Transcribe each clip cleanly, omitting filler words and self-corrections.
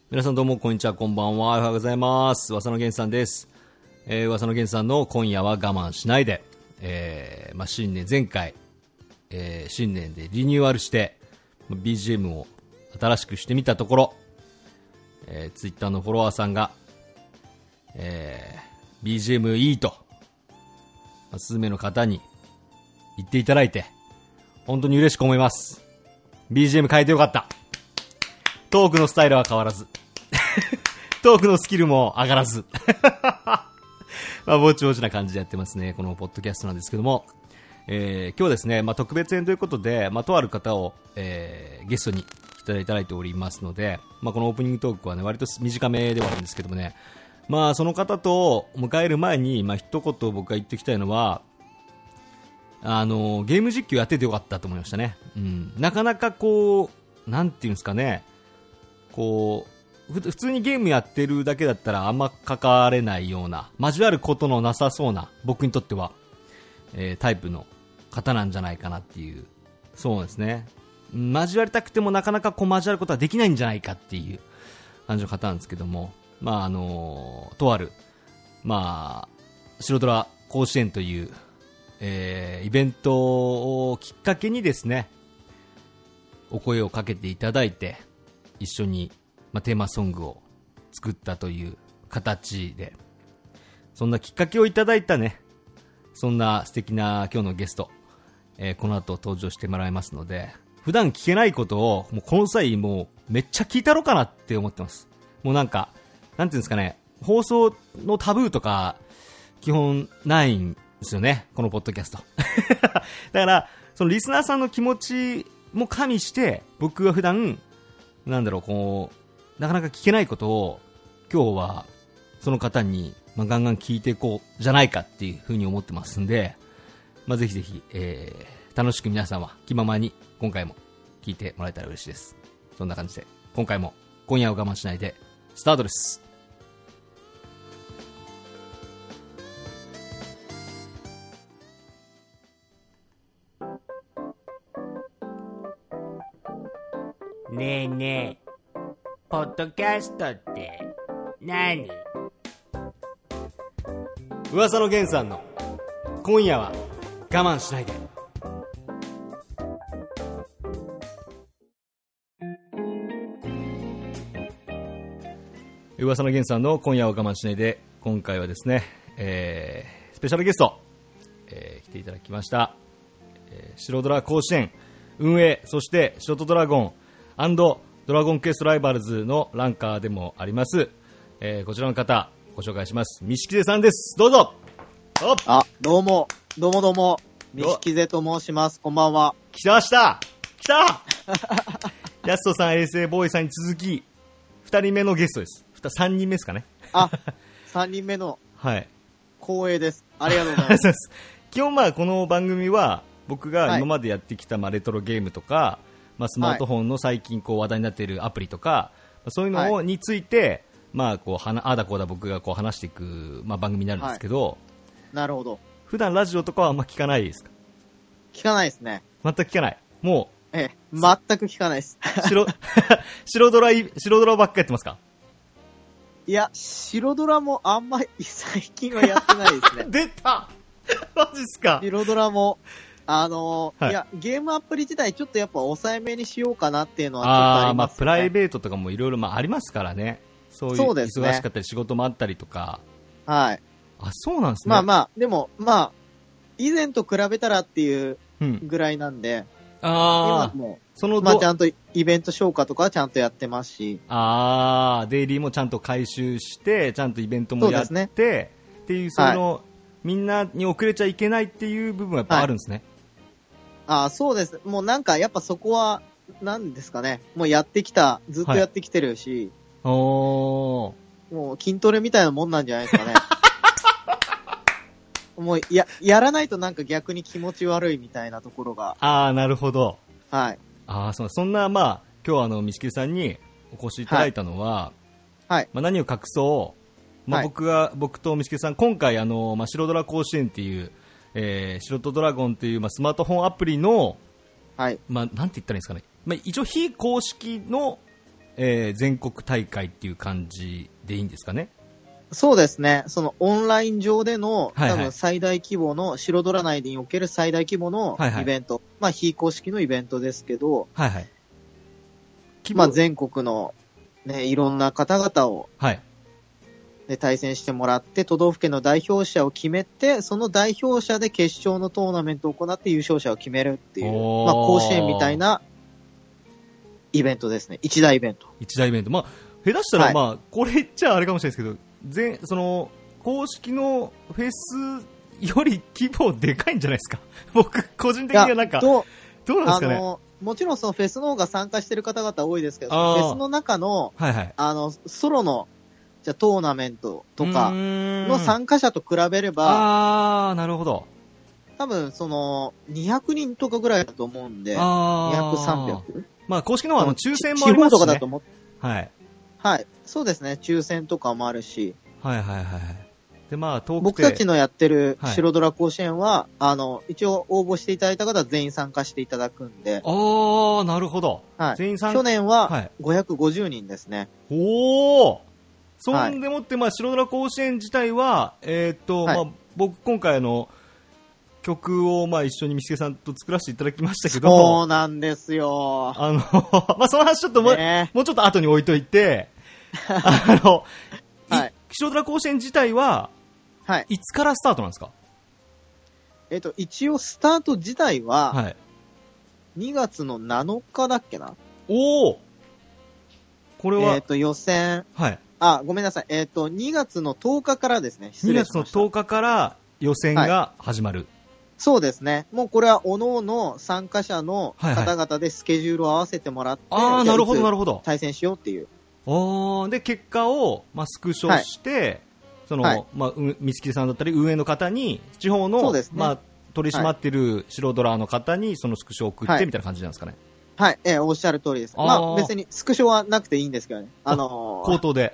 皆さんどうもこんにちは、こんばんは、おはようございます。噂の源さんです。噂の源さんの今夜は我慢しないで、新年前回、新年でリニューアルして BGM を新しくしてみたところ、Twitter のフォロワーさんが、BGM いいと、数名の方に言っていただいて本当に嬉しく思います。 BGM 変えてよかった。トークのスタイルは変わらずトークのスキルも上がらずぼちぼちな感じでやってますね、このポッドキャストなんですけども、今日ですね、特別編ということで、とある方を、ゲストに来ていただいておりますので、このオープニングトークはね、割と短めではあるんですけどもね、その方と迎える前に、一言僕が言っておきたいのは、ゲーム実況やっててよかったと思いましたね。なかなかこう、なんていうんですかね、こう普通にゲームやってるだけだったらあんま関われないような、交わることのなさそうな、僕にとっては、タイプの方なんじゃないかなっていう。そうですね、交わりたくてもなかなか交わることはできないんじゃないかっていう感じの方なんですけども、とある、白ドラ甲子園という、イベントをきっかけにですね、お声をかけていただいて、一緒に、テーマソングを作ったという形で、そんなきっかけをいただいたね、そんな素敵な今日のゲスト、この後登場してもらいますので、普段聞けないことをもうこの際もうめっちゃ聞いたろうかなって思ってます。もうなんていうんですかね、放送のタブーとか基本ないんですよね、このポッドキャストだからそのリスナーさんの気持ちも加味して、僕が普段なかなか聞けないことを今日はその方にガンガン聞いていこうじゃないかっていう風に思ってますんで、ぜひぜひ、楽しく皆さんは気ままに今回も聞いてもらえたら嬉しいです。そんな感じで今回も今夜を我慢しないでスタートです。 ねえねえ、ポッドキャストって何？ 噂の源さんの今夜は我慢しないで。噂の源さんの今夜は我慢しないで、今回はですね、スペシャルゲスト、来ていただきました、白ドラ甲子園運営、そしてショートドラゴン&ドラゴンクエストライバルズのランカーでもあります、こちらの方ご紹介します。錦瀬さんです。どうぞ。 どうも錦瀬と申します。こんばんは。 来たやすとさん、衛星ボーイさんに続き2人目のゲストです。3人目ですかね。 3人目のはい、 光栄です。ありがとうございます基本この番組は僕が今までやってきたレトロゲームとか、スマートフォンの最近話題になっているアプリとか、そういうのについて、ああだこうだ僕が話していく、番組になるんですけど、 なるほど。 普段ラジオとかはあんま聞かないですか？ 聞かないですね。 全く聞かない。もう全く聞かないです白ドラばっかやってますか？ いや、白ドラもあんまり最近はやってないですね出たマジっすか？ 白ドラもいや、ゲームアプリ自体ちょっとやっぱ抑えめにしようかなっていうのはちょっとありますね。 プライベートとかもいろいろありますからね。そういう忙しかったり仕事もあったりとか。 はい。 そうなんですね。 でも以前と比べたらっていうぐらいなんで、今もちゃんとイベント消化とかはちゃんとやってますし、 デイリーもちゃんと回収してちゃんとイベントもやって、っていうその、みんなに遅れちゃいけないっていう部分はやっぱあるんですね。 そうです。もうやっぱそこは何ですかね、もうやってきた、ずっとやってきてるし、もう筋トレみたいなもんなんじゃないですかねもうやらないと逆に気持ち悪いみたいなところが。 なるほど。 はい。 そんな今日は錦さんにお越しいただいたのは、何を隠そう、僕と錦さん今回白ドラ甲子園っていう、白とドラゴンっていう、スマートフォンアプリの、なんて言ったらいいんですかね、一応非公式の全国大会っていう感じでいいんですかね。 そうですね。そのオンライン上での、 はいはい多分最大規模の、白ドラ内における最大規模のはいはいイベント。まあ、非公式のイベントですけど、 はいはい。 まあ、全国の、ね、いろんな方々を、 はい。 ね、対戦してもらって、都道府県の代表者を決めて、その代表者で決勝のトーナメントを行って優勝者を決めるっていう、 おーまあ、甲子園みたいなイベントですね。一大イベント。 一大イベント。まあ、下手したら、 はいまあ、これ言っちゃあれかもしれないですけど、その、公式のフェスより規模でかいんじゃないですか。僕、個人的にはなんか、どうなんですかね。 もちろんそのフェスの方が参加してる方々多いですけど、 あーフェスの中の、 はいはい。 ソロの、じゃあトーナメントとかのの参加者と比べれば、 なるほど。 多分その、200人とかぐらいだと思うんで、200、300? まあ、公式の方は抽選もありますし、ね。 地方とかだと思って、 はい。 はい。そうですね。抽選とかもあるし、 はいはいはい。で、まあ、遠くて僕たちのやってるはい白ドラ甲子園は、一応応募していただいた方は全員参加していただくんで、 なるほど。 はい。 全員参加去年ははい550人ですね。 おーそはいんでもって、まあ、白ドラ甲子園自体は、 はいまあ、僕、今回曲を、まあ、一緒にみすけさんと作らせていただきましたけそど、 うなんですよ。 まあ、その話ちょっともう、 ねもうちょっと後に置いといて、 はい白ドラ甲子園自体は、 はい。 いつからスタートなんですか？ 一応スタート自体は、 はい。 2月の7日だっけな。 おおこれは、 予選、 はい。 ごめんなさい。2月の10日からですね。失 2月の礼しました。 10日から予選が始まる。 そうですね。もうこれは各々参加者のはいはい方々でスケジュールを合わせてもらって、 ああ、なるほど、なるほほど。 対戦しようっていう。 で、結果を、まあ、スクショして、 はいまあ、三月さんだったり、運営の方に、地方の、 そうですねまあ、取り締まってる白ドラの方に、そのスクショを送って、 はいみたいな感じなんですかね。 はい。おっしゃる通りです。まあ別にスクショはなくていいんですけどね。 口頭で。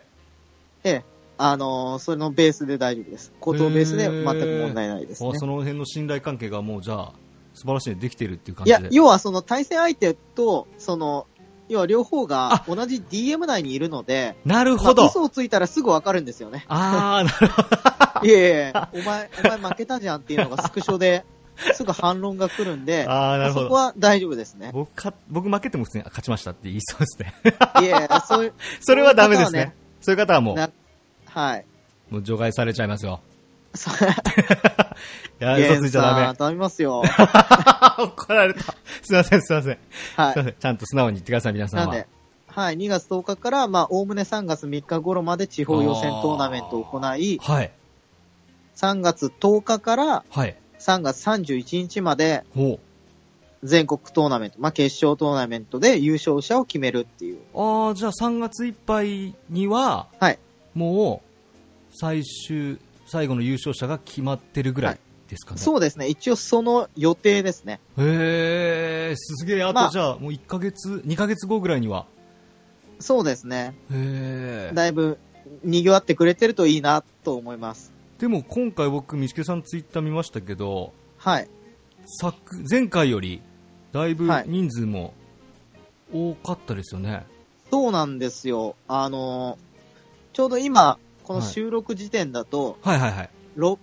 それのベースで大丈夫です。口頭ベースで全く問題ないですね。 その辺の信頼関係がもう、じゃあ、素晴らしいねできてるっていう感いやじで。、 要はその対戦相手と、要は両方が同じ DM 内にいるので、 なるほど。 まあ嘘をついたらすぐわかるんですよね。 なるほど。 いやいやいや、お前負けたじゃんっていうのがスクショで、すぐ反論が来るんで、 なるほど。 そこは大丈夫ですね。 僕負けても普通に勝ちましたって言いそうですね。 いやいや、そういう、 それはダメですね。 そそういう方はもう、 はい。 もう除外されちゃいますよ。 そういや、嘘ついちゃダメ。 頼みますよ。 怒られた。すいません、すいません。 はいすいません。ちゃんと素直に言ってください、皆さんは。 なんで、はい、2月10日から、まあ、おおむね3月3日頃まで地方予選トーナメントを行い、 はい。 3月10日からはい。 3月31日までほ全国トーナメント、まあ、決勝トーナメントで優勝者を決めるっていう。 う。じゃあ3月いっぱいには、 はい。 もう、最後の優勝者が決まってるぐらいですかね。 そうですね。一応その予定ですね。 へー、すげえ。あまあとじゃあ、もう1ヶ月、2ヶ月後ぐらいには。 そうですね。 へー。 だいぶ賑わってくれてるといいなと思います。 でも今回僕、みしけさんツイッター見ましたけど、 はい。 前回より、だいぶはい人数も多かったですよね。 そうなんですよ。ちょうど今、この収録時点だと、 はいはいはい。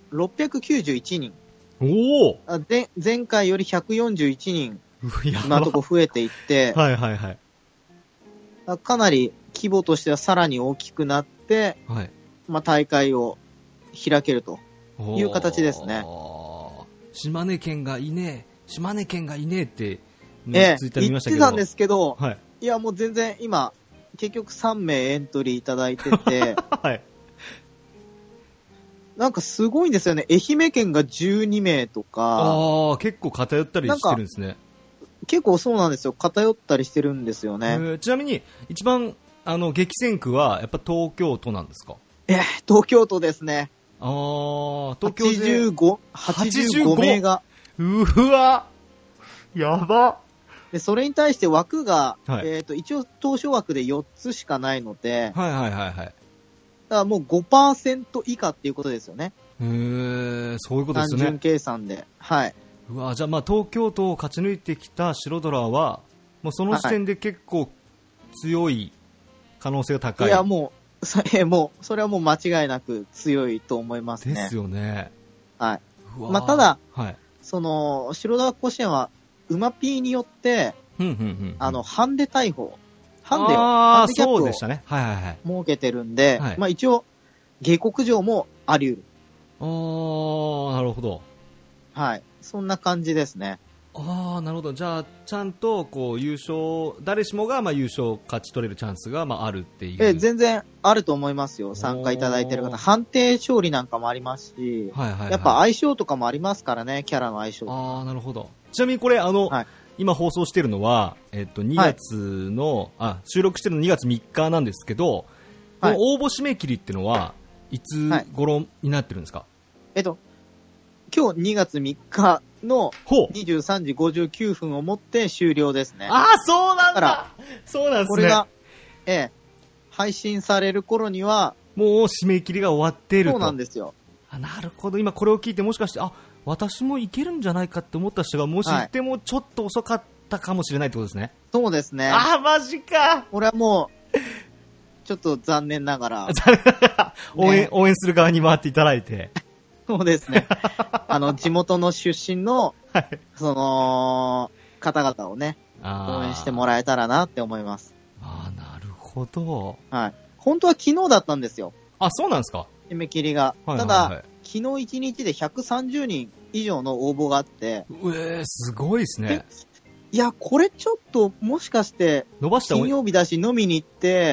691人。 おお前回より141人、 やば今のところ増えていって、 はいはいはい。 かなり規模としてはさらに大きくなって、 はい。 まあ、大会を開けると。いう形ですね。 島根県がいねえ、島根県がいねえって、ねツイッター見言ましたけど。 ってたんですけど、 はい。 いやもう全然今、結局3名エントリーいただいてて、 はい。 なんかすごいんですよね。愛媛県が12名とか、 結構偏ったりしてるんですね。 結構そうなんですよ。偏ったりしてるんですよね。 ちなみに、一番、激戦区は、やっぱ東京都なんですか？ 東京都ですね。 東京で。 85名が。 うわやばで、それに対して枠が、 はい一応当初枠で4つしかないので、 はいはいはいはい。 だからもう 5% 以下っていうことですよね。 そういうことです単純ね。 計算で。はい。 うわじゃあまあ東京都を勝ち抜いてきた白ドラは、もうその時点で結構強い可能性が高い。 いや、もう、それはもう間違いなく強いと思いますね。 ですよね。 はい。まあ、ただ、 はい、 白田甲子園は、馬 P によって、ハンデ逮捕、ハンデキャップを設けてるんで、 はい、 まあ一応、下克上もあり得る。 なるほど。 はい。そんな感じですね。 なるほど。じゃあ、ちゃんと、こう、優勝、誰しもが、まあ優勝勝ち取れるチャンスが、まああるっていう。 全然あると思いますよ。参加いただいてる方。判定勝利なんかもありますし、やっぱ相性とかもありますからね、キャラの相性。 なるほど。ちなみにこれ、今放送してるのは、2月の、収録してるの2月3日なんですけど、この応募締め切りっていうのは、いつ頃になってるんですか？ 今日2月3日の23時59分をもって終了ですね。 そうなんだ。そうなんですね。 これが、配信される頃には、 もう締め切りが終わっていると。 そうなんですよ。 なるほど。今これを聞いてもしかして、私もいけるんじゃないかって思った人が、もしいてもちょっと遅かったかもしれないってことですね。 そうですね。 マジか。 俺はもう、ちょっと残念ながら。 応援する側に回っていただいて。 そうですね。地元の出身の、方々をね、応援してもらえたらなって思います。 なるほど。 はい。本当は昨日だったんですよ。 そうなんですか？ 締め切りが。ただ、昨日1日で130人以上の応募があって。 すごいですね。 いや、これちょっと、もしかして、金曜日だし飲みに行って、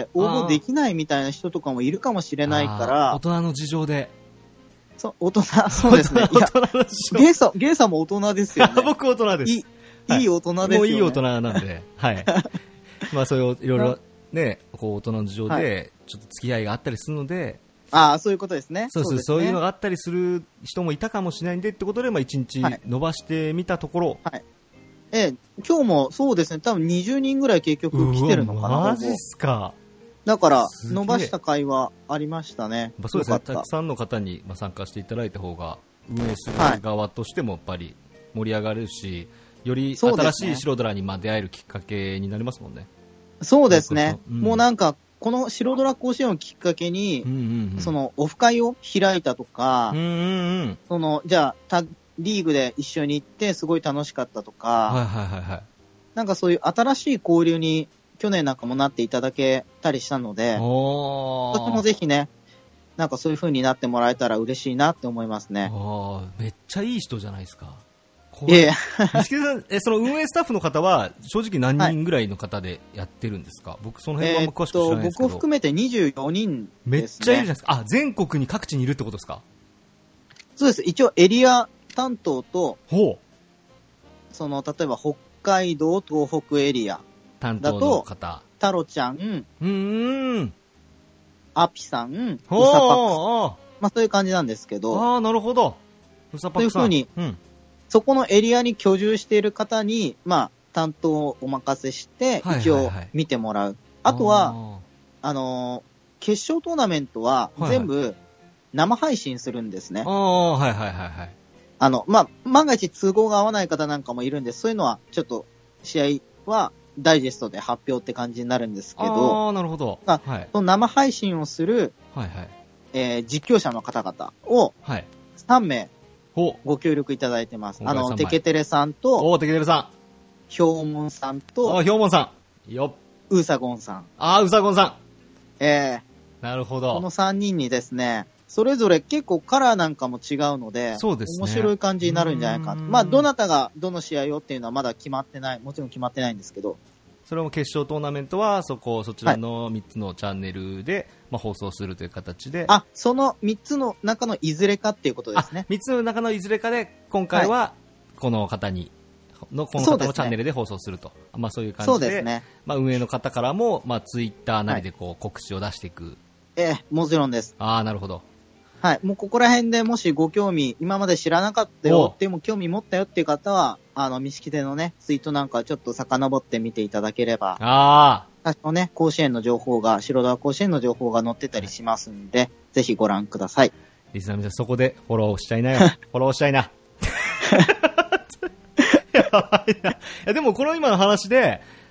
応募できないみたいな人とかもいるかもしれないから。 大人の事情で。 そうですね。いや、ゲイさんも大人ですよね。 僕大人です。 いい大人ですよね。 もういい大人なんで。はい。まあ、そういう、いろいろ、ね、こう、大人の事情で、ちょっと付き合いがあったりするので、 そういうことですね。 そういうのがあったりする人もいたかもしれないんでってことで、まあ、1日伸ばしてみたところ。 今日もそうですね、多分20人ぐらい結局来てるのかな。 マジっすか。 だから、伸ばした会はありましたね。 そうですね、たくさんの方に参加していただいた方が、運営する側としてもやっぱり盛り上がるし、より新しい白ドラに出会えるきっかけになりますもんね。 そうですね。もうなんか、この白ドラ甲子園をきっかけに、オフ会を開いたとか、じゃあ、リーグで一緒に行ってすごい楽しかったとか、なんかそういう新しい交流に去年なんかもなっていただけたりしたので、とてもぜひね、なんかそういう風になってもらえたら嬉しいなって思いますね。 めっちゃいい人じゃないですか。 錦木さん、その運営スタッフの方は正直何人ぐらいの方でやってるんですか？僕その辺はあんま詳しく知らないですけど。 僕を含めて24人ですね。 めっちゃいるじゃないですか。全国に各地にいるってことですか？ そうです。一応エリア担当と、例えば北海道、東北エリア担当の方。 タロちゃん、アピさん、ウサパクそういう感じなんですけど。 なるほど。ウサパクさん。 そういう風に、そこのエリアに居住している方に、担当をお任せして、一応見てもらう。あとは、決勝トーナメントは全部生配信するんですね。万が一都合が合わない方なんかもいるんで、そういうのはちょっと試合はダイジェストで発表って感じになるんですけど、 なるほど。 その生配信をする、実況者の方々を3名ご協力いただいてます。テケテレさんと、 テケテレさん。 ヒョウモンさんと、 ヒョウモンさん。よっ。 ウーサゴンさん。 ウサゴンさん。なるほど。 この3人にですね、それぞれ結構カラーなんかも違うので、 そうですね。 面白い感じになるんじゃないかと。どなたがどの試合をっていうのはまだ決まってない、もちろん決まってないんですけど。 それも決勝トーナメントはそちらの3つのチャンネルで、放送するという形で。 その3つの中のいずれかっていうことですね。 3つの中のいずれかで、今回はこの方のチャンネルで放送すると。そういう感じで。 そうですね。 運営の方からも、ツイッターなりで告知を出していく。 もちろんです。 なるほど。 はい。もうここら辺でもしご興味、今まで知らなかったよっても興味持ったよっていう方は、錦手のね、ツイートなんかちょっと遡ってみていただければ。多少ね、甲子園の情報が、白田甲子園の情報が載ってたりしますんで、ぜひご覧ください。 リスナーの皆さん、そこでフォローしちゃいなよ。フォローしちゃいな。やばいな。でもこの今の話で、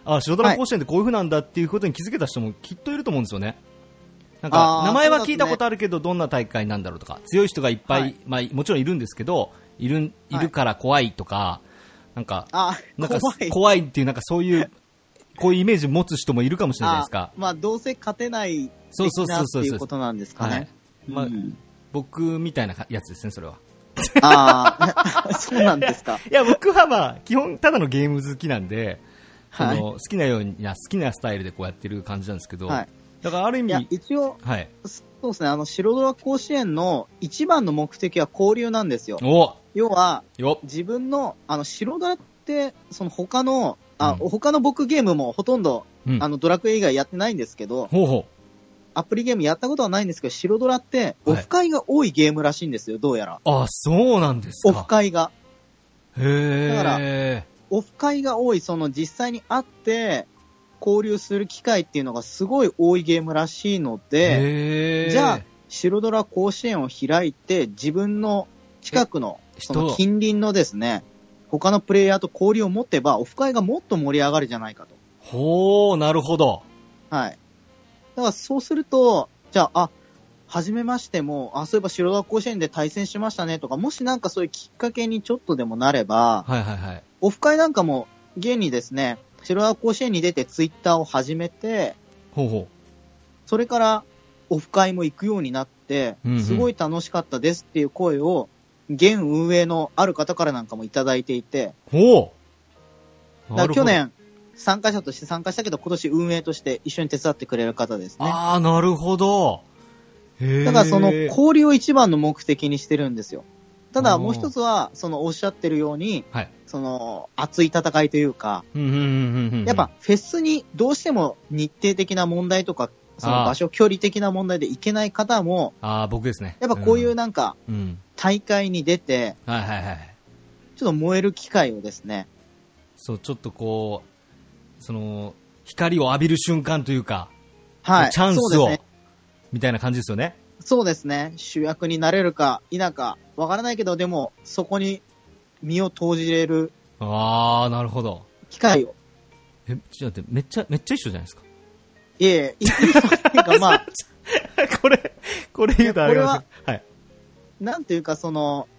あ、白ドラ甲子園ってこういう風なんだっていうことに気づけた人もきっといると思うんですよね。なんか、名前は聞いたことあるけど、どんな大会なんだろうとか、強い人がいっぱい、はい、まあ、もちろんいるんですけど、いるから怖いとか、なんか怖いっていう、なんかそういう、こういうイメージを持つ人もいるかもしれないですか。 まあ、どうせ勝てない的なっていうことなんですかね。はい、 まあ、僕みたいなやつですね、それは。 そうなんですか。 いや、僕はまあ、基本、ただのゲーム好きなんで、はい、好きなように、好きなスタイルでこうやってる感じなんですけど、はい、だからある意味、 一応、 はい、 そうですね、白ドラ甲子園の一番の目的は交流なんですよ。要は、自分の、白ドラって、その他の、他の僕ゲームもほとんど、ドラクエ以外やってないんですけど、アプリゲームやったことはないんですけど、白ドラって、オフ会が多いゲームらしいんですよ、どうやら。 あ、そうなんですか。 オフ会が。 へー。 だから、オフ会が多い、その実際に会って、交流する機会っていうのがすごい多いゲームらしいので、じゃあ、白ドラ甲子園を開いて、自分の近くの、その近隣のですね、他のプレイヤーと交流を持てば、オフ会がもっと盛り上がるじゃないかと。 ほー、なるほど。 はい。だからそうすると、じゃあ、初めましても、そういえば白ドラ甲子園で対戦しましたねとか、もしなんかそういうきっかけにちょっとでもなれば、 はいはいはい。 オフ会なんかも、現にですね、白ドラ甲子園に出てツイッターを始めて、それからオフ会も行くようになって、すごい楽しかったですっていう声を、現運営のある方からなんかもいただいていて、だから去年、参加者として参加したけど、今年運営として一緒に手伝ってくれる方ですね。 ああ、なるほど。 だからその交流を一番の目的にしてるんですよ。ただもう一つは、そのおっしゃってるように、はい、その熱い戦いというか、やっぱフェスにどうしても日程的な問題とか、その場所距離的な問題で行けない方も、 僕ですね。 やっぱこういうなんか、大会に出て、ちょっと燃える機会をですね。 そう、ちょっとこう、その、光を浴びる瞬間というか、 はい、 チャンスを、みたいな感じですよね。 そうですね。主役になれるか否かわからないけど、でもそこに身を投じれる。 なるほど。 機会を。 ちょっと待って、めっちゃ一緒じゃないですか。 いえ、いいかまあこれ言うとあれは、はい。 なんていうかその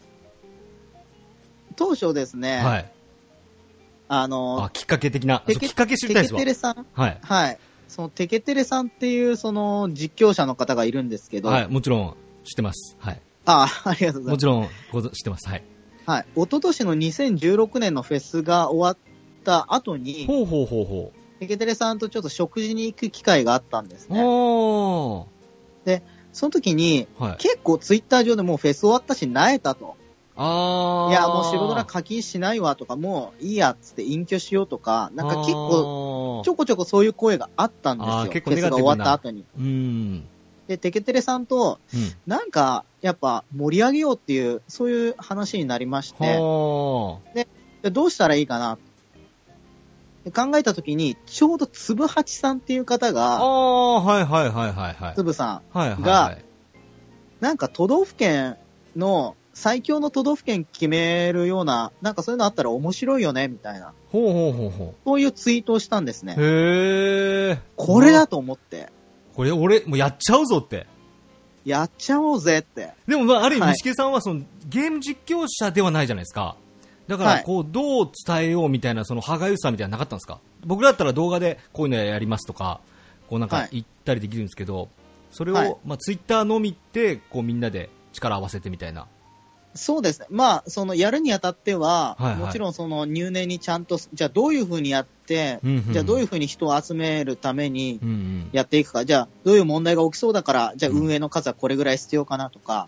当初ですね。はい。 きっかけ的な、きっかけ知りたいですわ。 テケテレさん。 はい。 はい。そのテケテレさんっていうその実況者の方がいるんですけど。 はい、もちろん知ってます。はい。 ありがとうございます。 もちろん知ってます。はい。 はい。一昨年の2016年のフェスが終わった後に、テケテレさんとちょっと食事に行く機会があったんですね。で、その時に、結構ツイッター上でもうフェス終わったし、萎えたと。いや、もう白ドラ課金しないわとか、もういいやっつって隠居しようとか、なんか結構、ちょこちょこそういう声があったんですよ。 結構フェスが終わった後に。で、テケテレさんと、なんか、やっぱ盛り上げようっていう、そういう話になりまして、で、どうしたらいいかな考えたときに、ちょうどつぶはちさんっていう方が、つぶさんが、なんか都道府県の最強の都道府県決めるような、なんかそういうのあったら面白いよね、みたいな。そういうツイートをしたんですね。これだと思って。 これ俺、もうやっちゃうぞって。 やっちゃおうぜって。 でも、ある意味、西木さんはその、ゲーム実況者ではないじゃないですか。だから、こう、どう伝えようみたいな、その、歯がゆさみたいなのなかったんですか？僕だったら動画でこういうのやりますとか、こうなんか言ったりできるんですけど、それを、ツイッターのみって、こうみんなで力を合わせてみたいな。 そうですね。まあ、その、やるにあたっては、もちろんその、入念にちゃんと、じゃあどういう風にやって、じゃあどういう風に人を集めるためにやっていくか、じゃあどういう問題が起きそうだから、じゃあ運営の数はこれぐらい必要かなとか、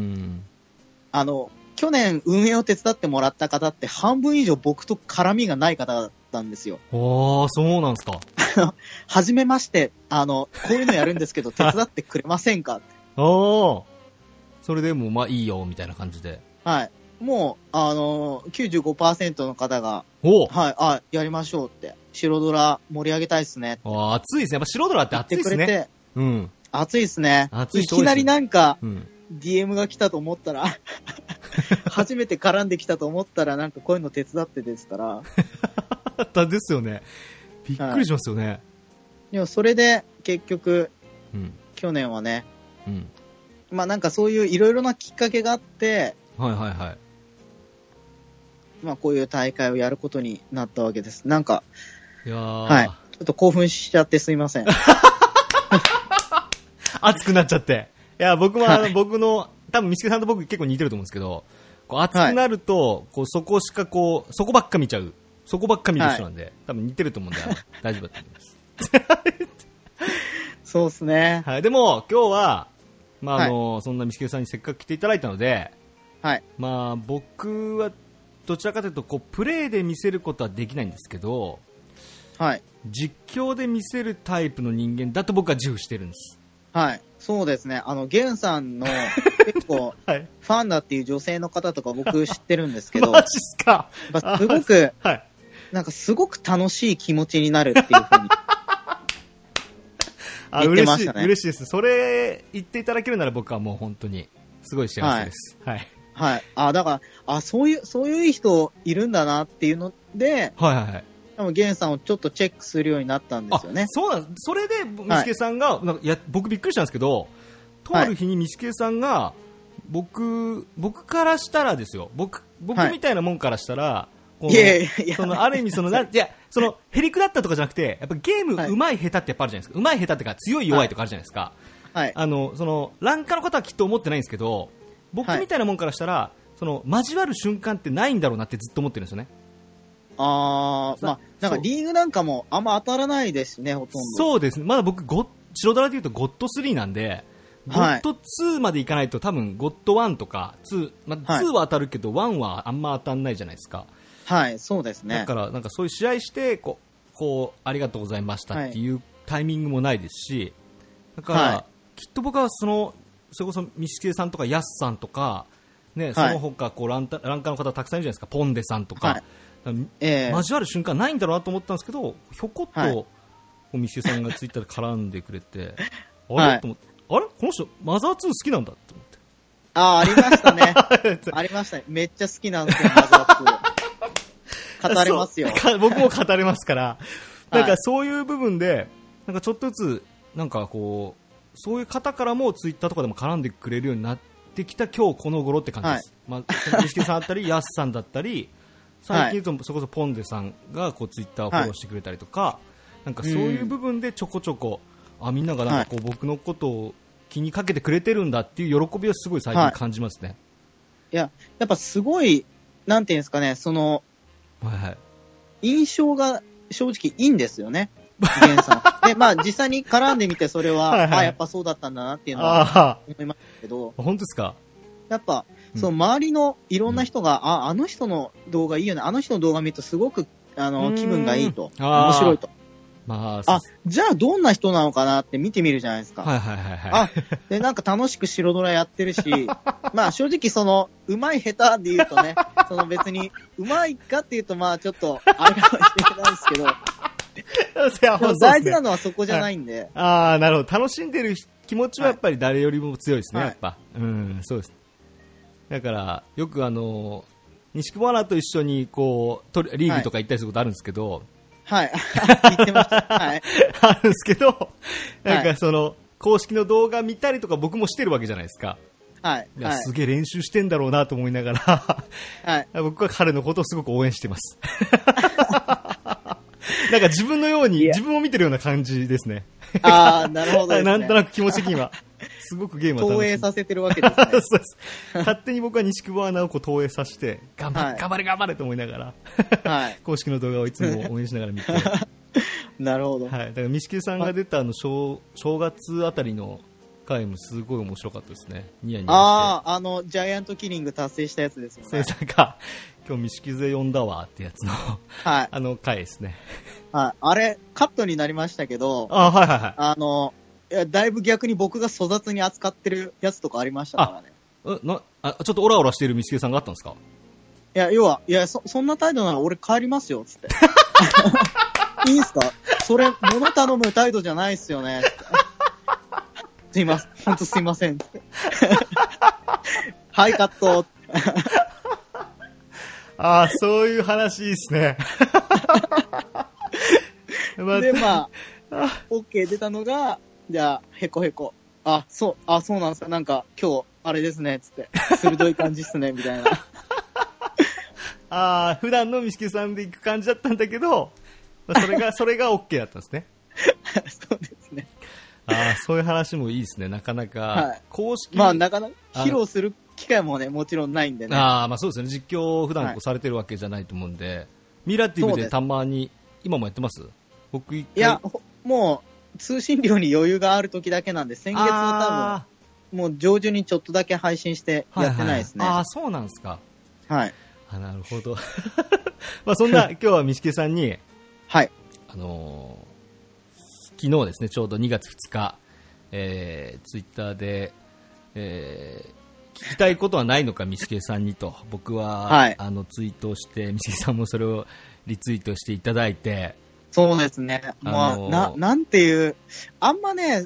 去年運営を手伝ってもらった方って半分以上僕と絡みがない方だったんですよ。 そうなんですか。 はじめまして、こういうのやるんですけど手伝ってくれませんかって。 それでもまあいいよみたいな感じで。 はい。もう、95% の方が、はい、やりましょうって。白ドラ盛り上げたいっすね。 熱いですね。やっぱ白ドラって熱いですね。 熱いですね。いきなりなんか、DM が来たと思ったら、初めて絡んできたと思ったら、なんかこういうの手伝ってですから。 ですよね。 びっくりしますよね。 でもそれで結局、 うん、 去年はね、 うん、 まあなんかそういういろいろなきっかけがあって、 はいはいはい。 まあこういう大会をやることになったわけです。なんか、 いやはい。ちょっと興奮しちゃってすいません。 熱くなっちゃって。いや、僕もはい、 僕の、多分、みしけさんと僕結構似てると思うんですけど、こう熱くなると、こうそこしかこう、そこばっか見ちゃう。そこばっか見る人なんで、多分似てると思うんで、大丈夫だと思います。 そうですね。 はい。でも、今日は、まあそんなみしけさんにせっかく来ていただいたので、 はい。 まあ、僕は、どちらかというと、こう、プレイで見せることはできないんですけど、 はい。 実況で見せるタイプの人間だと僕は自負してるんです。 はい。そうですね。ゲンさんの結構、ファンだっていう女性の方とか僕知ってるんですけど、 マジっすか。 すごく、 はい、 なんかすごく楽しい気持ちになるっていうふうに言ってましたね。 嬉しいです。それ言っていただけるなら僕はもう本当にすごい幸せです。はい。 はい。だから、そういういい人いるんだなっていうので、 はいはいはい。 多分ゲンさんをちょっとチェックするようになったんですよね。 そうなんです。それで、みしけさんが、なんか僕びっくりしたんですけど、とある日にみしけさんが、僕からしたらですよ、僕みたいなもんからしたら、 いやいやそのある意味そのいやそのへりくだったとかじゃなくて、やっぱゲーム上手い下手ってやっぱあるじゃないですか。上手い下手ってか強い弱いとかあるじゃないですか。 はい。 その欄下の方はきっと思ってないんですけど、僕みたいなもんからしたら、その交わる瞬間ってないんだろうなってずっと思ってるんですよね。 まあなんかリーグなんかもあんま当たらないですね、ほとんど。 そうですね。まだ僕白ドラでいうとゴッド3なんで。ゴッド2までいかないと多分ゴッド1とか2、まあ、2は当たるけど1はあんま当たんないじゃないですか。 はい、そうですね。 だからなんかそういう試合してこうありがとうございましたっていうタイミングもないですし、だから、きっと僕はそれこそミシケさんとかヤスさんとかね、その他こうランカーの方たくさんいるじゃないですか。ポンデさんとか、交わる瞬間ないんだろうなと思ったんですけど、ひょこっと、ミシケさんがツイッターで絡んでくれて、あれと思って。あれこの人マザー2好きなんだって思って。 ありましたね。ありましたね。めっちゃ好きなんですよ、マザー2。語れますよ。 僕も語れますから、なんかそういう部分で、なんかちょっとずつ、なんかこう、そういう方からもツイッターとかでも絡んでくれるようになってきた今日この頃って感じです。まあ、錦さんだったり、ヤスさんだったり、最近言うとそれこそポンデさんがこうツイッターをフォローしてくれたりとか、なんかそういう部分でちょこちょこ、みんながなんかこう僕のことを気にかけてくれてるんだっていう喜びをすごい最近感じますね。 いや、やっぱすごい、なんていうんですかね、印象が正直いいんですよね、ゲンさん。で、まあ実際に絡んでみてそれは、やっぱそうだったんだなっていうのは思いましたけど。 本当ですか？ やっぱ、その周りのいろんな人が、あの人の動画いいよね、あの人の動画見るとすごく、気分がいいと。面白いと。じゃあどんな人なのかなって見てみるじゃないですか。で、なんか楽しく白ドラやってるし、まあ正直うまい下手で言うとね、別に、うまいかっていうとまあちょっと、あれかもしれないですけど、大事なのはそこじゃないんで。 なるほど。楽しんでる気持ちはやっぱり誰よりも強いですね、やっぱ。そうです。だから、よく錦鯉アナと一緒にこう、リーグとか行ったりすることあるんですけど、 はい。言ってました。はい。 あるんですけど、なんか公式の動画見たりとか僕もしてるわけじゃないですか。 はい。 すげえ練習してんだろうなと思いながら、はい。僕は彼のことをすごく応援してます。なんか自分のように、自分を見てるような感じですね。 なるほどですね。 なんとなく気持ち的には。すごくゲームは楽しい。 投影させてるわけですね。そうです。 勝手に僕は錦鯉アナをこう投影させて、頑張れと思いながら、公式の動画をいつも応援しながら見て。 なるほど。 はい。だから錦さんが出た正月あたりの回もすごい面白かったですね。ニヤニヤして。ジャイアントキリング達成したやつですよね。 なんか、今日錦勢呼んだわってやつの、回ですね。 はい。あれ、カットになりましたけど、だいぶ逆に僕が粗雑に扱ってるやつとかありましたからね。 ちょっとオラオラしてる錦さんがあったんですか？ いや、要は、そんな態度なら俺帰りますよ、つって。いいんすか？それ、物頼む態度じゃないっすよね。すいません。ほんとすいません。はい、カット。 そういう話いいっすね。 で、まあ、OK 出たのが、じゃあ、へこへこ。そうなんですか。なんか、今日、あれですね、つって。鋭い感じっすね、みたいな。 普段のミシケさんで行く感じだったんだけど、それが OK だったんですね。 そうですね。 そういう話もいいですね。なかなか、 はい、 公式。 まあ、なかなか、披露する機会もね、もちろんないんでね。 まあそうですよね。実況を普段されてるわけじゃないと思うんで、ミラティブでたまに、今もやってます？僕一回。 いや、もう、通信量に余裕がある時だけなんで、先月は多分、もう上旬にちょっとだけ配信してやってないですね。 そうなんですか。 はい。 なるほど。まあそんな、今日はミシケさんに、 はい。 昨日ですね、ちょうど2月2日、ツイッターで、聞きたいことはないのか、ミシケさんにと、僕は、 はい、 ツイートをして、ミシケさんもそれをリツイートしていただいて、 そうですね。まあ、なんていう、あんまね、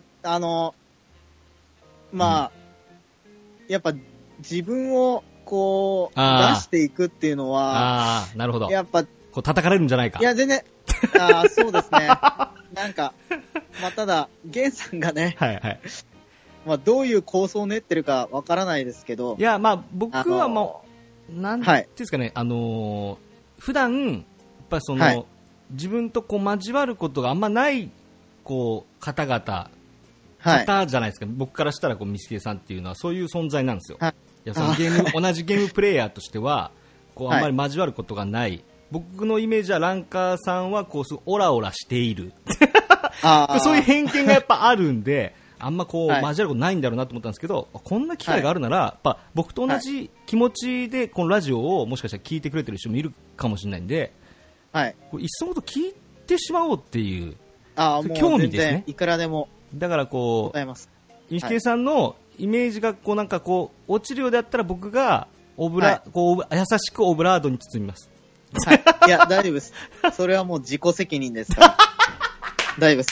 まあ、やっぱ自分をこう、出していくっていうのは、 なるほど。 やっぱ、こう叩かれるんじゃないか。 いや、全然、そうですね。なんか、まあ、ただ、ゲンさんがね、 はいはい。 まあ、どういう構想を練ってるかわからないですけど。 いや、まあ、僕はもう、なんていうんですかね、普段、やっぱりその、自分とこう交わることがあんまない、こう、方々、方じゃないですか。僕からしたら、こう、ミシケさんっていうのはそういう存在なんですよ。いや、その同じゲームプレイヤーとしては、こう、あんまり交わることがない。僕のイメージはランカーさんはこうオラオラしているそういう偏見がやっぱあるんであんまこう交わることないんだろうなと思ったんですけど、こんな機会があるなら、やっぱ僕と同じ気持ちでこのラジオをもしかしたら聞いてくれてる人もいるかもしれないんで、いっそのこと聞いてしまおうっていう興味ですね。 いくらでもだからこう西圭さんのイメージがこうなんかこう落ちるようであったら僕がこう優しくオブラードに包みます。 いや、大丈夫です。それはもう自己責任ですから。大丈夫です。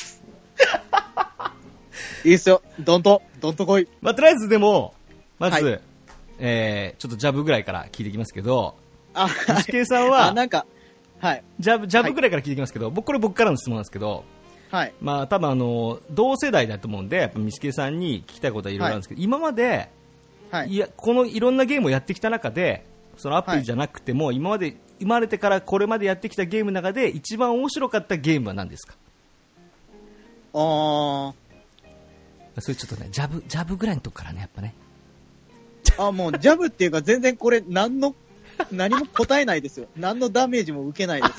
いいですよ。どんと来い。 まあ、とりあえずでも、まず、ちょっとジャブぐらいから聞いていきますけど、西圭さんは、 なんか、 ジャブぐらいから聞いていきますけど、これ僕からの質問なんですけど、まあ、多分同世代だと思うんで、やっぱ西圭さんに聞きたいことはいろいろあるんですけど、今まで、このいろんなゲームをやってきた中で、そのアプリじゃなくても、今まで生まれてからこれまでやってきたゲームの中で一番面白かったゲームは何ですか？それちょっとね、ジャブぐらいのとこからね、やっぱね。 もうジャブっていうか全然これ何も答えないですよ。何のダメージも受けないです。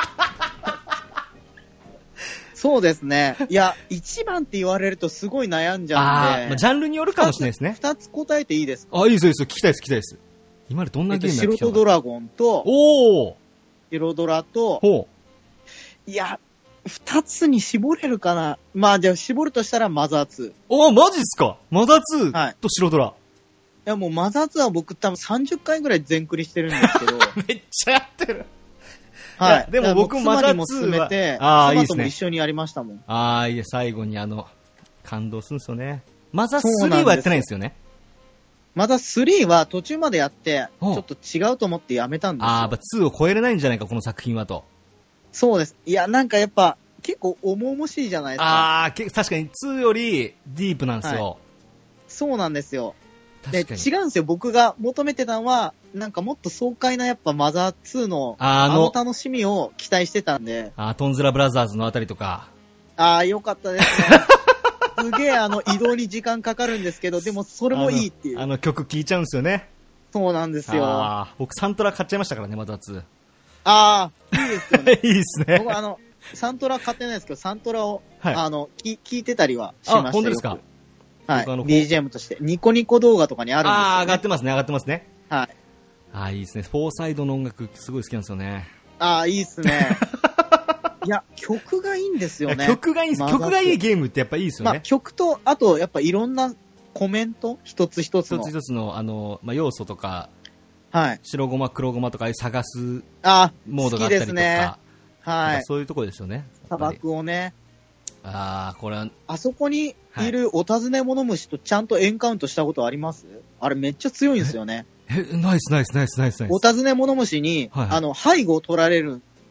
そうですね。いや、一番って言われるとすごい悩んじゃうんで。 ジャンルによるかもしれないですね。 二つ答えていいですか？ いいですよ、聞きたいです。今までどんなゲームやってきたの？ 白ドラゴンと、白ドラと、いや、二つに絞れるかな。まあ、じゃあ絞るとしたらマザー2。 マジっすか？マザー2と白ドラ。 いや、もうマザー2は僕多分30回ぐらい全クリしてるんですけど。 めっちゃやってる。 でも僕もマザー2は。妻にも勧めて、妻とも一緒にやりましたもん。 いや、最後に感動するんですよね。マザー3はやってないんですよね。 まだ3は途中までやって、ちょっと違うと思ってやめたんですよ。 2を超えれないんじゃないか、この作品はと。 そうです。いや、なんかやっぱ、結構重々しいじゃないですか。 確かに2よりディープなんですよ。 そうなんですよ。で、違うんですよ。僕が求めてたのは、なんかもっと爽快なやっぱマザー2の、楽しみを期待してたんで。 トンズラブラザーズのあたりとか。 よかったですね。すげえ移動に時間かかるんですけど、でもそれもいいっていう。 曲聴いちゃうんですよね。 そうなんですよ。 僕サントラ買っちゃいましたからね、マザー2。 いいですよね。 いいですね。 僕サントラ買ってないですけど、サントラを、聞いてたりはしました。 本当ですか？ BGM として。ニコニコ動画とかにあるんですよ、ね。 上がってますね。 はい。 いいですね。フォーサイドの音楽すごい好きなんですよね。 いいですね。いや、曲がいいんですよね。 曲がいいんです。曲がいいゲームってやっぱいいですよね。 曲と、あと、やっぱいろんなコメント一つ一つの。 一つ一つの、要素とか、 はい。 白ゴマ、黒ゴマとか探すモードがあったりとか。 好きですね。はい。 そういうところですよね。 砂漠をね。 これは。 あそこにいるお尋ね者虫とちゃんとエンカウントしたことあります？あれめっちゃ強いんですよね。 ナイス。 お尋ね者虫に、背後を取られる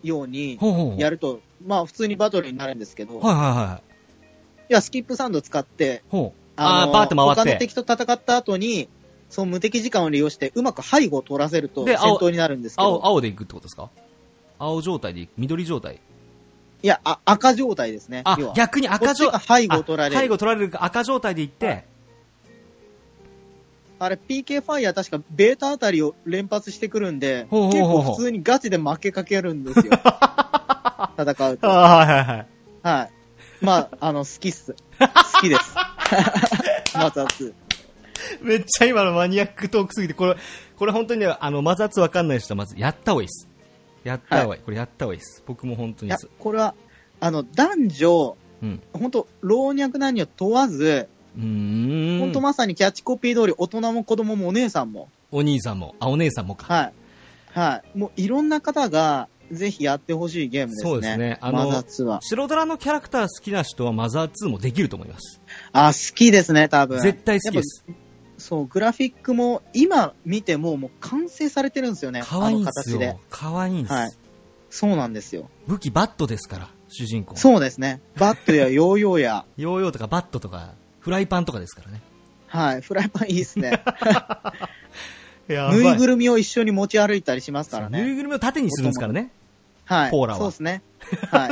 ようにやると、まあ普通にバトルになるんですけど、 はいはいはい。 いや、スキップサンド使って、 バーって回って。 他の敵と戦った後に、その無敵時間を利用して、うまく背後を取らせると戦闘になるんですけど。 青で行くってことですか？青状態で行く？緑状態？ いや、赤状態ですね。 逆に赤状態。 背後を取られる。 背後取られる赤状態で行って、 あれ、PK ファイヤー確かベータあたりを連発してくるんで、結構普通にガチで負けかけるんですよ。戦うと。 はいはいはい。 はい。まあ、好きっす。好きです。マザー2。 めっちゃ今のマニアックトークすぎて、これ本当にね、マザー2わかんない人はまずやった方がいいです。やった方がいい。これやった方がいいです。僕も本当に。いや、 これは、男女、本当老若男女問わず、本当まさにキャッチコピー通り、大人も子供もお姉さんも。 お兄さんも、お姉さんもか。 はい。はい。もういろんな方が、ぜひやってほしいゲームですね。 そうですね。 マザー2は。 白ドラのキャラクター好きな人はマザー2もできると思います。 好きですね、多分。 絶対好きです。 そう、グラフィックも、今見ても、もう完成されてるんですよね。 かわいいんですよ。かわいいんです。 はい。そうなんですよ。 武器バットですから、主人公。 そうですね。バットやヨーヨーや。 ヨーヨーとかバットとか、フライパンとかですからね。 はい、フライパンいいですね。ぬいぐるみを一緒に持ち歩いたりしますからね。 ぬいぐるみを縦にするんですからね。 はい。 ポーラは。 そうですね。はい。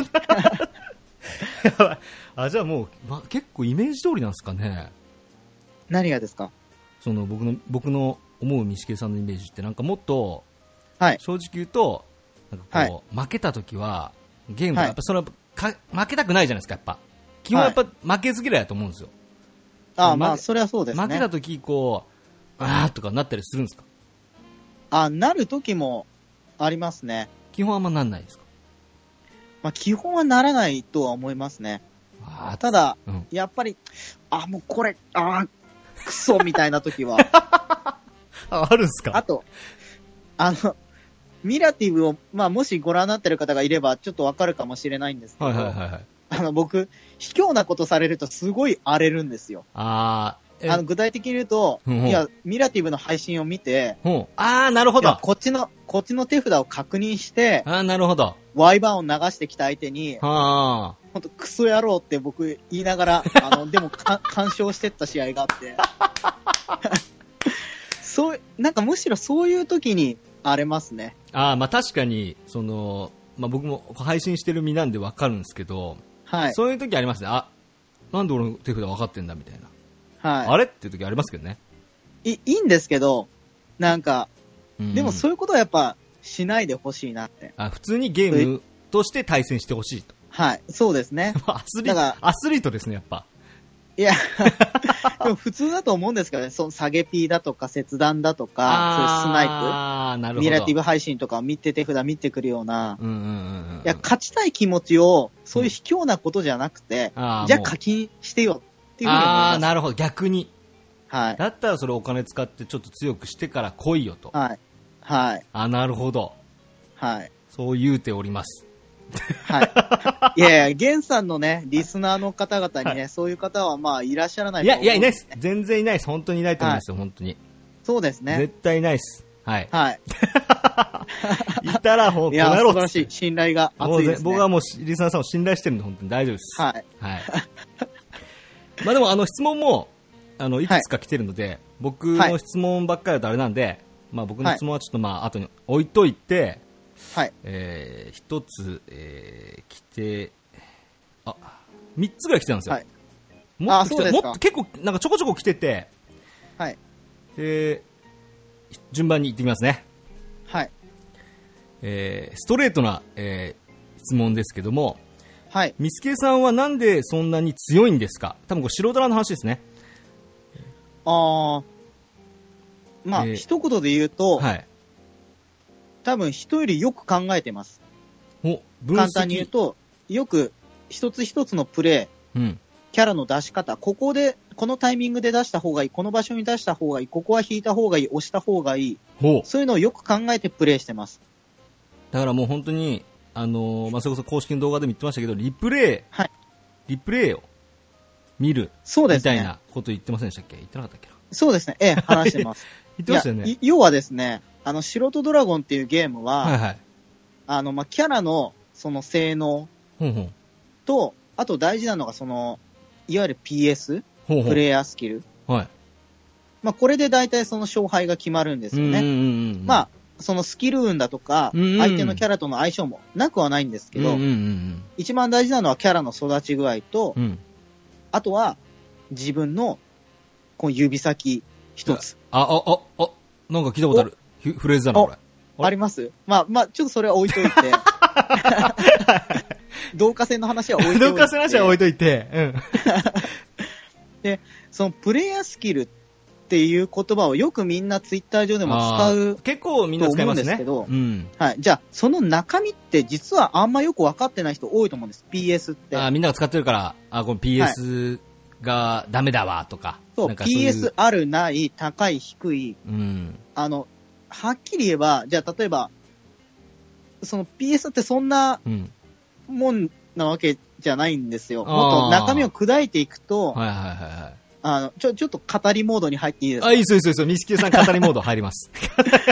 じゃあもう、結構イメージ通りなんですかね。 何がですか？ その僕の思うミシケさんのイメージってなんかもっと、 はい、 正直言うと、なんかこう、負けた時は、ゲームがやっぱそれは負けたくないじゃないですか、やっぱ。基本やっぱ負けず嫌いだと思うんですよ。 まあ、それはそうですね。 負けた時こう、とかなったりするんですか？ なる時もありますね。 基本はあんまなんないですか？ まあ、基本はならないとは思いますね。ただ、やっぱり、もうこれ、クソみたいな時は。 あるんすか？ あと、ミラティブを、まあ、もしご覧になってる方がいれば、ちょっとわかるかもしれないんですけど、僕、卑怯なことされるとすごい荒れるんですよ。具体的に言うと、いや、ミラティブの配信を見て、 なるほど。 こっちの手札を確認して、 なるほど。 ワイバーを流してきた相手に、ほんとクソ野郎って僕言いながら、でも干渉してった試合があって、なんかむしろそういう時に荒れますね。 まあ確かに、まあ僕も配信してる身なんでわかるんですけど、 はい。 そういう時ありますね。なんで俺の手札分かってんだみたいな。 はい。 あれっていう時ありますけどね。 いいんですけど、なんか、でもそういうことはやっぱしないでほしいなって。 普通にゲームとして対戦してほしいと。 はい、そうですね。 アスリートですね、やっぱ。 いや、でも普通だと思うんですけどね、その下げ P だとか切断だとか、そういうスナイプ、ミラティブ配信とか見て手札見てくるような、いや、勝ちたい気持ちを、そういう卑怯なことじゃなくて、じゃあ課金してよっていうふうに思います。 なるほど、逆に。 はい。 だったらそれお金使ってちょっと強くしてから来いよと。 はい。はい。 なるほど。 はい。 そう言うております。 はい。いやいや、ゲンさんのね、リスナーの方々にね、そういう方はまあいらっしゃらないと思うんです、ね。 いないです。全然いないです。本当にいないと思いますよ、本当に。 そうですね。 絶対いないです。はい。 はい。 いたら、 いや、素晴らしい。信頼が厚いですね。 僕はもうリスナーさんを信頼してるんで、本当に大丈夫です。 はい。 はい。まあでも、質問も、いくつか来てるので、僕の質問ばっかりだとあれなんで、まあ僕の質問はちょっとまあ後に置いといて、 はい。 一つ、来て、3つぐらい来てたんですよ。はい。もっと結構、なんかちょこちょこ来てて、 はい。 順番に行ってみますね。 はい。 ストレートな、質問ですけども、 はい。 ミスケさんはなんでそんなに強いんですか？多分これ白ドラの話ですね。 まあ、一言で言うと、 はい。 多分人よりよく考えてます。簡単に言うと、よく一つ一つのプレイ、キャラの出し方、このタイミングで出した方がいい、この場所に出した方がいい、ここは引いた方がいい、押した方がいい、そういうのをよく考えてプレイしてます。 だからもう本当に、まあ、それこそ公式の動画でも言ってましたけど、リプレイを見る、 そうですね、 みたいなこと言ってませんでしたっけ？言ってなかったっけな？ そうですね、話してます。 言ってましたよね。 要はですね、素人ドラゴンっていうゲームは、 まあ、キャラの、その性能と、あと大事なのが、いわゆる PS、プレイヤースキル。 はい。 まあ、これで大体その勝敗が決まるんですよね。まあ、そのスキル運だとか、相手のキャラとの相性もなくはないんですけど、一番大事なのはキャラの育ち具合と、あとは自分のこう指先一つ。 なんか聞いたことある。フレーズだな、これ。 あります？まあ、ちょっとそれは置いといて。導火線の話は置いといて。 導火線の話は置いといて。 で、そのプレイヤースキルっていう言葉をよくみんなツイッター上でも使う。 結構みんな使いますね。 ですけど、はい。じゃあ、その中身って実はあんまよく分かってない人多いと思うんです。PS って。 みんなが使ってるから、この PS がダメだわ、とか。 そう、PS ある、ない、高い、低い。はっきり言えば、じゃあ例えば、その PS ってそんなもんなわけじゃないんですよ。もっと中身を砕いていくと、ちょっと語りモードに入っていいですか？ いいです。ミスキューさん語りモード入ります。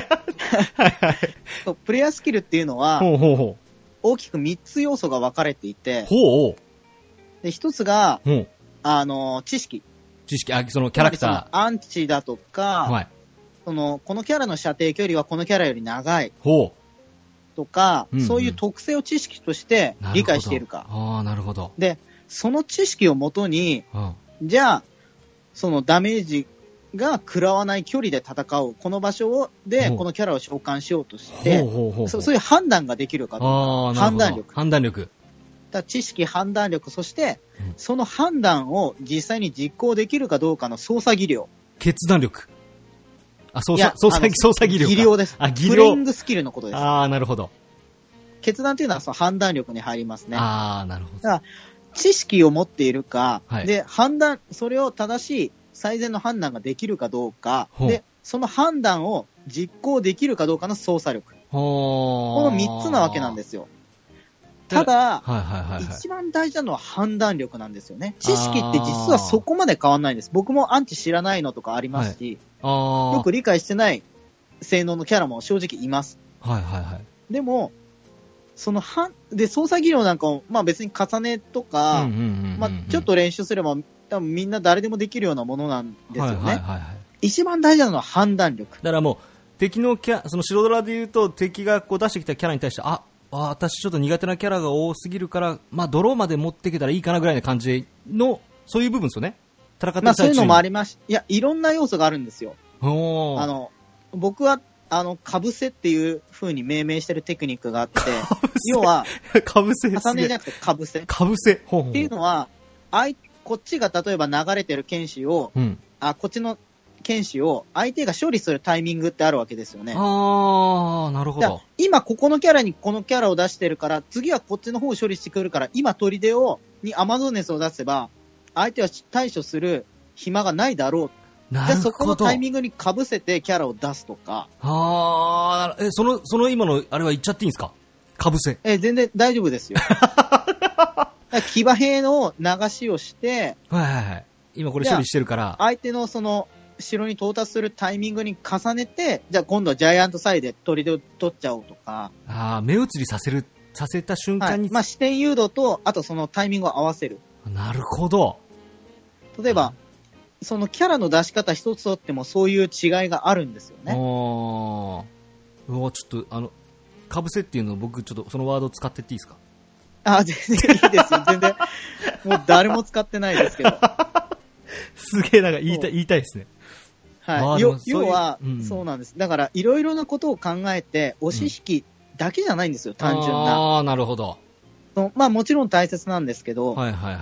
プレイヤースキルっていうのは、大きく3つ要素が分かれていて、で1つが、知識。 そのキャラクター。 アンチだとか、このキャラの射程距離はこのキャラより長い。とか、そういう特性を知識として理解しているか。 なるほど。 で、その知識をもとに、じゃあ、そのダメージが食らわない距離で戦う、この場所でこのキャラを召喚しようとして、そういう判断ができるかとか、判断力。知識、判断力、そして、その判断を実際に実行できるかどうかの操作技量。 決断力。操作技量。 技量です。プレイングスキルのことです。 なるほど。 決断というのはその判断力に入りますね。 なるほど。 だから知識を持っているか、で、それを正しい最善の判断ができるかどうか、で、その判断を実行できるかどうかの操作力。この3つなわけなんですよ。ただ、一番大事なのは判断力なんですよね。知識って実はそこまで変わんないんです。僕もアンチ知らないのとかありますし、よく理解してない性能のキャラも正直います。でも、操作技量なんかも、まあ別に重ねとか、ちょっと練習すれば多分みんな誰でもできるようなものなんですよね。一番大事なのは判断力。 だからもう、敵のその白ドラで言うと、敵がこう出してきたキャラに対して、私ちょっと苦手なキャラが多すぎるから、ドローまで持っていけたらいいかなぐらいな感じの、そういう部分ですよね。戦ってる最中に。 そういうのもあります。いろんな要素があるんですよ。僕は、かぶせっていう風に命名してるテクニックがあって、要は、 かぶせ重ねじゃなくてかぶせ。 かぶせ。 っていうのは、こっちが例えば流れてる剣士を、こっちの剣士を相手が処理するタイミングってあるわけですよね。 なるほど。 今ここのキャラにこのキャラを出してるから、次はこっちの方を処理してくるから、今砦にアマゾネスを出せば、相手は対処する暇がないだろう。じゃあそこのタイミングに被せてキャラを出すとか。 その今のあれは言っちゃっていいんですか？被せ。 全然大丈夫ですよ。騎馬兵の流しをして、 今これ処理してるから。 相手のその、城に到達するタイミングに重ねて、じゃあ今度はジャイアントサイで砦を取っちゃおうとか。 目移りさせた瞬間に。 視点誘導と、あとそのタイミングを合わせる。 なるほど。 例えば、そのキャラの出し方一つとってもそういう違いがあるんですよね。 ちょっと、かぶせっていうのを僕ちょっとそのワード使ってっていいですか？ 全然いいですよ。全然。もう誰も使ってないですけど。 すげえなんか言いたいですね。 要は、そうなんです。だから、いろいろなことを考えて、押し引きだけじゃないんですよ、単純な。 なるほど。 もちろん大切なんですけど、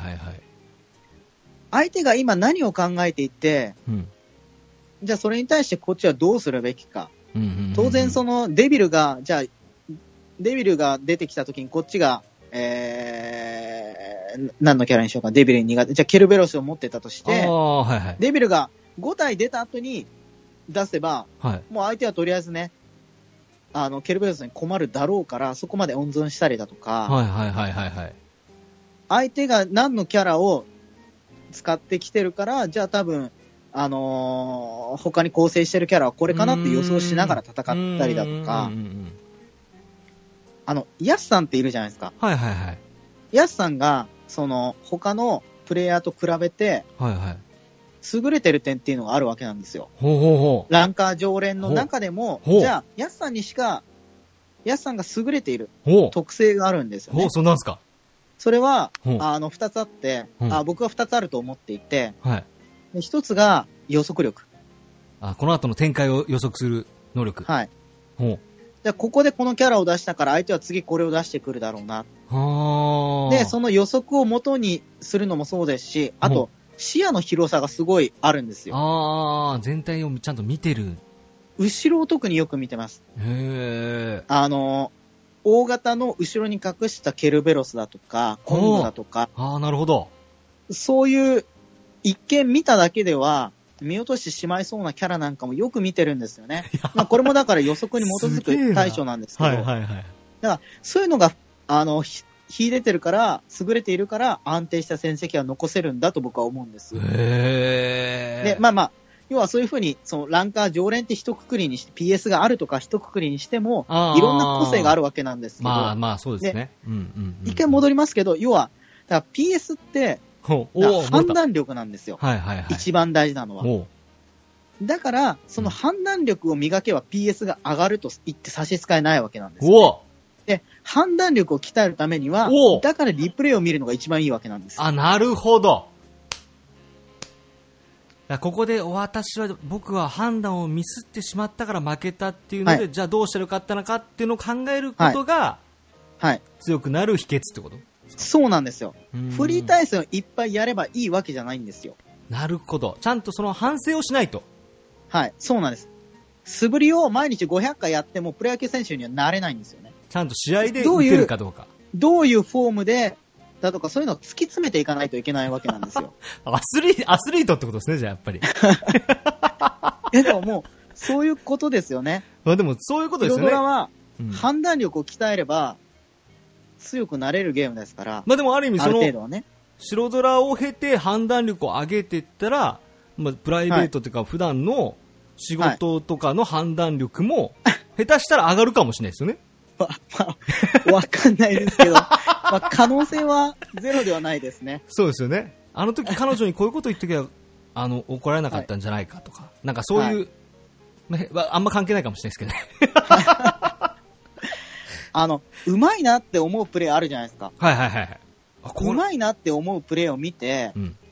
相手が今何を考えていて、じゃあそれに対してこっちはどうするべきか。当然そのデビルが出てきた時にこっちが、何のキャラにしようか、デビルに苦手。じゃあケルベロスを持ってたとして、デビルが5体出た後に出せば、もう相手はとりあえずね、ケルベロスに困るだろうから、そこまで温存したりだとか、相手が何のキャラを使ってきてるから、じゃあ多分、他に構成してるキャラはこれかなって予想しながら戦ったりだとか、 ヤスさんっているじゃないですか。 はいはいはい。 ヤスさんが、他のプレイヤーと比べて、 はいはい。 優れてる点っていうのがあるわけなんですよ。 ほうほうほう。 ランカー常連の中でも、じゃあ、ヤスさんにしか、ヤスさんが優れている特性があるんですよね。 そうなんですか。 それは、二つあって、僕は二つあると思っていて、 はい。 一つが予測力。 この後の展開を予測する能力。 はい。じゃあ、ここでこのキャラを出したから相手は次これを出してくるだろうな。で、その予測を元にするのもそうですし、あと、視野の広さがすごいあるんですよ。 全体をちゃんと見てる。 後ろを特によく見てます。 へー。大型の後ろに隠したケルベロスだとか、コングだとか。 なるほど。 そういう、一見見ただけでは、見落としてしまいそうなキャラなんかもよく見てるんですよね。これもだから予測に基づく対処なんですけど。はいはいはい。だから、そういうのが、秀でてるから、優れているから安定した戦績は残せるんだと僕は思うんです。で、要はそういうふうに、ランカー常連って一括りにして、PS があるとか一括りにしても、いろんな個性があるわけなんですけど。 そうですね。 一回戻りますけど、要は、だから PS って、判断力なんですよ。はいはいはい。一番大事なのは。だから、その判断力を磨けば PS が上がると言って差し支えないわけなんです。で、判断力を鍛えるためには、だからリプレイを見るのが一番いいわけなんです。 なるほど。ここで僕は判断をミスってしまったから負けたっていうので、じゃあどうしたらよかったのかっていうのを考えることが、強くなる秘訣ってこと？ そうなんですよ。フリー対戦をいっぱいやればいいわけじゃないんですよ。 なるほど。ちゃんとその反省をしないと。 はい、そうなんです。素振りを毎日500回やってもプロ野球選手にはなれないんですよね。 ちゃんと試合で打てるかどうか。 どういうフォームで、だとかそういうのを突き詰めていかないといけないわけなんですよ。 アスリートってことですね、じゃあやっぱり。 でももう、そういうことですよね。 でもそういうことですよね。 ヒロドラは、判断力を鍛えれば、強くなれるゲームですから。 でもある意味ある程度はね。 白ドラを経て判断力を上げていったら、プライベートというか普段の仕事とかの判断力も、下手したら上がるかもしれないですよね。 わかんないですけど、可能性はゼロではないですね。 そうですよね。あの時彼女にこういうこと言っときゃ、怒られなかったんじゃないかとか、なんかそういう、あんま関係ないかもしれないですけどね。 うまいなって思うプレーあるじゃないですか。 はいはいはい。 うまいなって思うプレーを見て、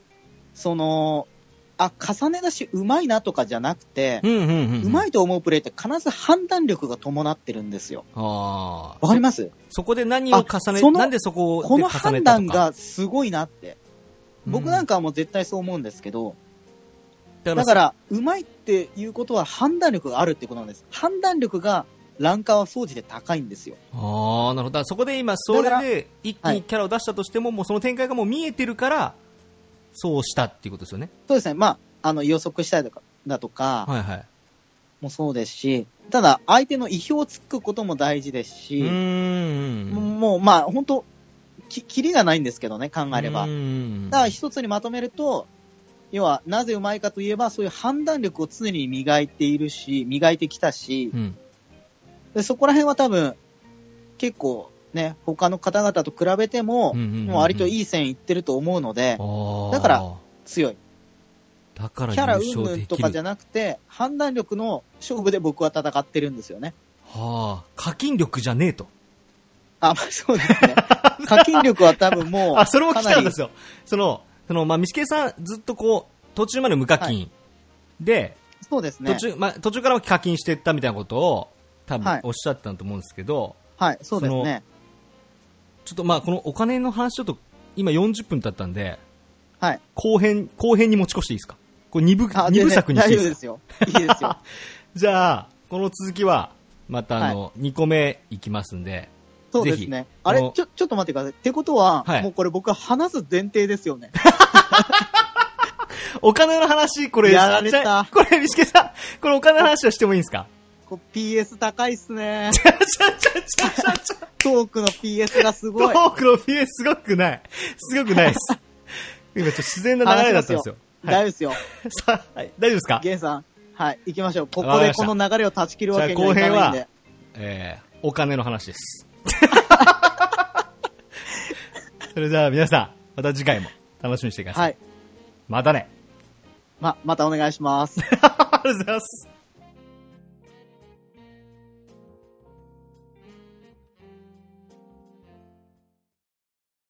重ね出しうまいなとかじゃなくて、うまいと思うプレーって必ず判断力が伴ってるんですよ。わかります？ そこで何を重ね、なんでそこで重ねたとか。 この判断がすごいなって。僕なんかはもう絶対そう思うんですけど、だから、うまいっていうことは判断力があるってことなんです。判断力がランカーは総じて高いんですよ。 なるほど。だからそこで今、それで一気にキャラを出したとしても、もうその展開がもう見えてるから、そうしたっていうことですよね。 そうですね。予測したりだとか、もそうですし、ただ、相手の意表をつくことも大事ですし、もう、本当キリがないんですけどね、考えれば。だから一つにまとめると、要は、なぜうまいかといえば、そういう判断力を常に磨いてきたし、でそこら辺は多分、結構ね、他の方々と比べても、もう割といい線いってると思うので、だから強い。 だからキャラ云々とかじゃなくて、判断力の勝負で僕は戦ってるんですよね。 課金力じゃねえと。 そうですね。課金力は多分もう、 それも聞きたかったんですよ。ミシケさんずっと途中まで無課金で、 そうですね。 途中から課金していったみたいなことを多分おっしゃってたと思うんですけど、 そうですね。 ちょっとこのお金の話ちょっと今40分経ったんで、後編に持ち越していいですか？これ2部作にしていいですか？ 大丈夫ですよ。いいですよ。 じゃあ、この続きは、また2個目いきますんで。 そうですね。ちょっと待ってください。ってことは、もうこれ僕は話す前提ですよね。 お金の話、これ、 やられた。 これ、ミシケさん、これお金の話はしてもいいんですか ？PS 高いっすね。トークの PS がすごい。 トークの PS すごくない。すごくないです。今ちょっと自然な流れだったんですよ。 大丈夫ですよ。 大丈夫ですか？ ゲンさん。行きましょう。ここでこの流れを断ち切るわけにはいかないんで。 後編は、お金の話です。 それじゃあ皆さん、また次回も楽しみにしてください。はい。またね。 またお願いします。 ありがとうございます。